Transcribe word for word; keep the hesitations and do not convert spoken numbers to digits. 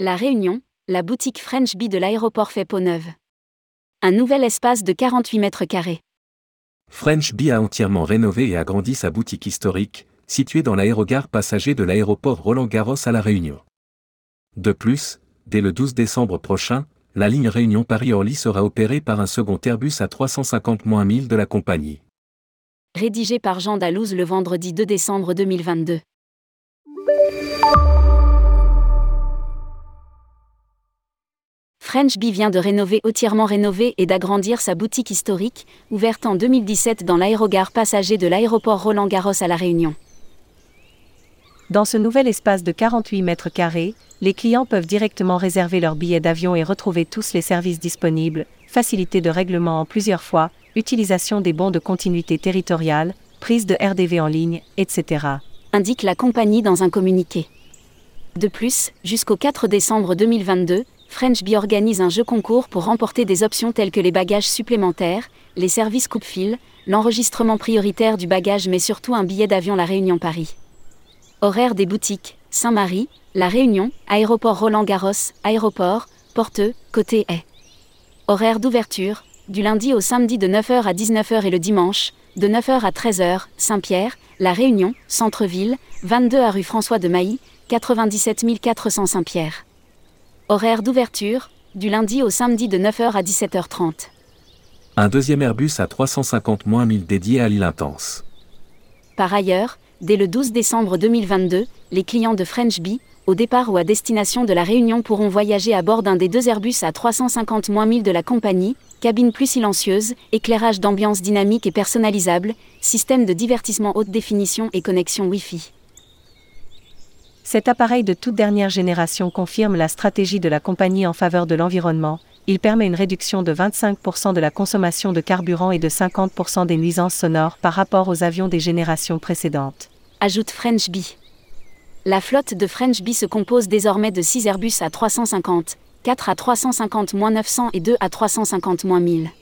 La Réunion, la boutique French Bee de l'aéroport fait peau neuve. Un nouvel espace de quarante-huit mètres carrés. French Bee a entièrement rénové et agrandi sa boutique historique, située dans l'aérogare passager de l'aéroport Roland-Garros à La Réunion. De plus, dès le douze décembre prochain, la ligne Réunion-Paris-Orly sera opérée par un second Airbus A trois cent cinquante mille de la compagnie. Rédigé par Jean Dalouse le vendredi deux décembre deux mille vingt-deux. French Bee vient de rénover entièrement rénover et d'agrandir sa boutique historique, ouverte en deux mille dix-sept dans l'aérogare passager de l'aéroport Roland-Garros à La Réunion. Dans ce nouvel espace de quarante-huit mètres carrés, les clients peuvent directement réserver leur billet d'avion et retrouver tous les services disponibles, facilité de règlement en plusieurs fois, utilisation des bons de continuité territoriale, prise de R D V en ligne, et cetera, indique la compagnie dans un communiqué. De plus, jusqu'au quatre décembre deux mille vingt-deux, French Bee organise un jeu concours pour remporter des options telles que les bagages supplémentaires, les services coupe-fil, l'enregistrement prioritaire du bagage mais surtout un billet d'avion La Réunion-Paris. Horaire des boutiques, Saint-Marie, La Réunion, aéroport Roland-Garros, aéroport, Porteux, côté Haye. Horaire d'ouverture, du lundi au samedi de neuf heures à dix-neuf heures et le dimanche, de neuf heures à treize heures, Saint-Pierre, La Réunion, centre-ville, vingt-deux A rue François de Mailly, quatre-vingt-dix-sept mille quatre cents Saint-Pierre. Horaire d'ouverture, du lundi au samedi de neuf heures à dix-sept heures trente. Un deuxième Airbus A trois cent cinquante mille dédié à l'île Intense. Par ailleurs, dès le douze décembre deux mille vingt-deux, les clients de French Bee, au départ ou à destination de La Réunion pourront voyager à bord d'un des deux Airbus A trois cent cinquante mille de la compagnie, cabine plus silencieuse, éclairage d'ambiance dynamique et personnalisable, système de divertissement haute définition et connexion Wi-Fi. Cet appareil de toute dernière génération confirme la stratégie de la compagnie en faveur de l'environnement. Il permet une réduction de vingt-cinq pour cent de la consommation de carburant et de cinquante pour cent des nuisances sonores par rapport aux avions des générations précédentes, ajoute French Bee. La flotte de French Bee se compose désormais de six Airbus A trois cent cinquante, quatre A trois cent cinquante neuf cents et deux A trois cent cinquante mille.